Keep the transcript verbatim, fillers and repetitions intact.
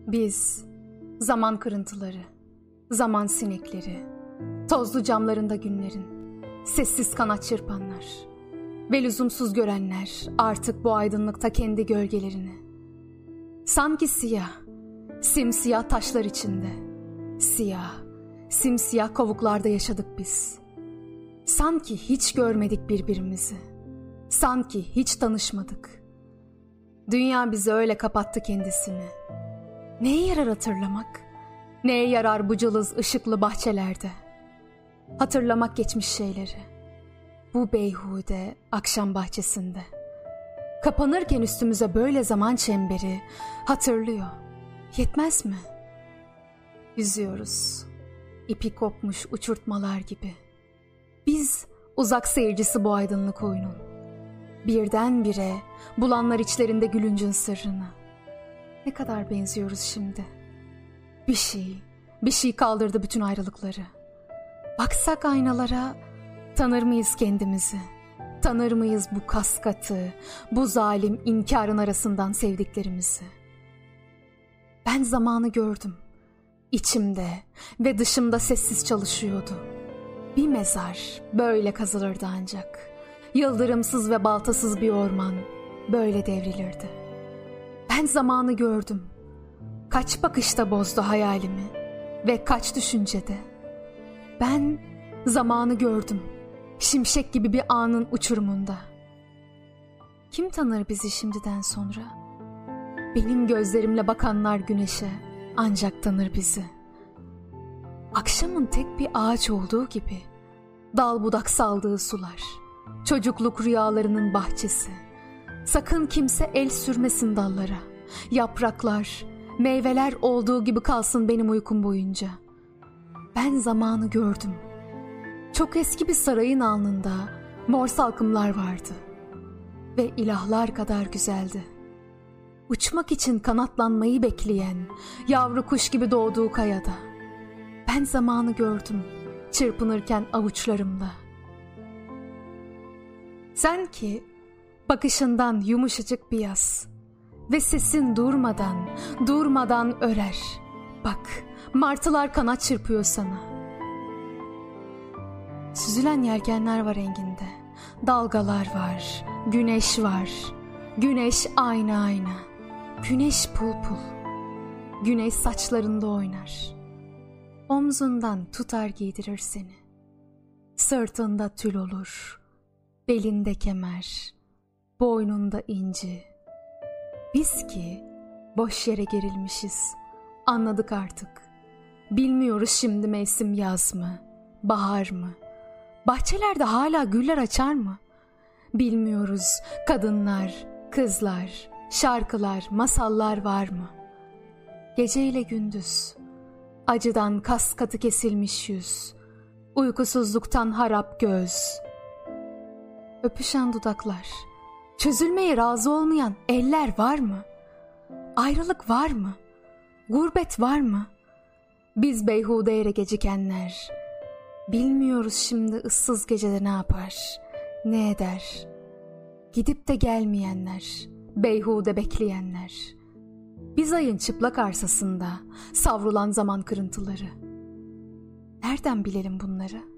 Biz, zaman kırıntıları, zaman sinekleri, tozlu camlarında günlerin, sessiz kanat çırpanlar ve lüzumsuz görenler artık bu aydınlıkta kendi gölgelerini. Sanki siyah, simsiyah taşlar içinde, siyah, simsiyah kovuklarda yaşadık biz. Sanki hiç görmedik birbirimizi, sanki hiç tanışmadık. Dünya bize öyle kapattı kendisini. Neye yarar hatırlamak? Neye yarar bu cılız ışıklı bahçelerde? Hatırlamak geçmiş şeyleri. Bu beyhude akşam bahçesinde. Kapanırken üstümüze böyle zaman çemberi hatırlıyor. Yetmez mi? Yüzüyoruz. İpi kopmuş uçurtmalar gibi. Biz uzak seyircisi bu aydınlık oyunun. Birdenbire bulanlar içlerinde gülüncün sırrını. Ne kadar benziyoruz şimdi. Bir şey, bir şey kaldırdı bütün ayrılıkları. Baksak aynalara tanır mıyız kendimizi? Tanır mıyız bu kaskatı, bu zalim inkarın arasından sevdiklerimizi? Ben zamanı gördüm. İçimde ve dışımda sessiz çalışıyordu. Bir mezar böyle kazılırdı ancak. Yıldırımsız ve baltasız bir orman böyle devrilirdi. Ben zamanı gördüm. Kaç bakışta bozdu hayalimi ve kaç düşüncede. Ben zamanı gördüm. Şimşek gibi bir anın uçurumunda. Kim tanır bizi şimdiden sonra? Benim gözlerimle bakanlar güneşe ancak tanır bizi. Akşamın tek bir ağaç olduğu gibi dal budak saldığı sular, çocukluk rüyalarının bahçesi. Sakın kimse el sürmesin dallara. Yapraklar, meyveler olduğu gibi kalsın benim uykum boyunca. Ben zamanı gördüm. Çok eski bir sarayın alnında mor salkımlar vardı. Ve ilahlar kadar güzeldi. Uçmak için kanatlanmayı bekleyen yavru kuş gibi doğduğu kayada. Ben zamanı gördüm çırpınırken avuçlarımla. Sen ki bakışından yumuşacık bir yaz ve sesin durmadan, durmadan örer. Bak, martılar kanat çırpıyor sana. Süzülen yelkenler var enginde, dalgalar var, güneş var. Güneş ayna ayna, güneş pul pul. Güneş saçlarında oynar. Omzundan tutar giydirir seni. Sırtında tül olur, belinde kemer, boynunda inci. Biz ki boş yere gerilmişiz, anladık artık. Bilmiyoruz şimdi mevsim yaz mı, bahar mı? Bahçelerde hala güller açar mı? Bilmiyoruz kadınlar, kızlar, şarkılar, masallar var mı? Geceyle gündüz, acıdan kas katı kesilmiş yüz, uykusuzluktan harap göz. Öpüşen dudaklar, çözülmeye razı olmayan eller var mı? Ayrılık var mı? Gurbet var mı? Biz beyhude yere gecikenler, bilmiyoruz şimdi ıssız gecede ne yapar, ne eder? Gidip de gelmeyenler, beyhude bekleyenler. Biz ayın çıplak arsasında savrulan zaman kırıntıları. Nereden bilelim bunları?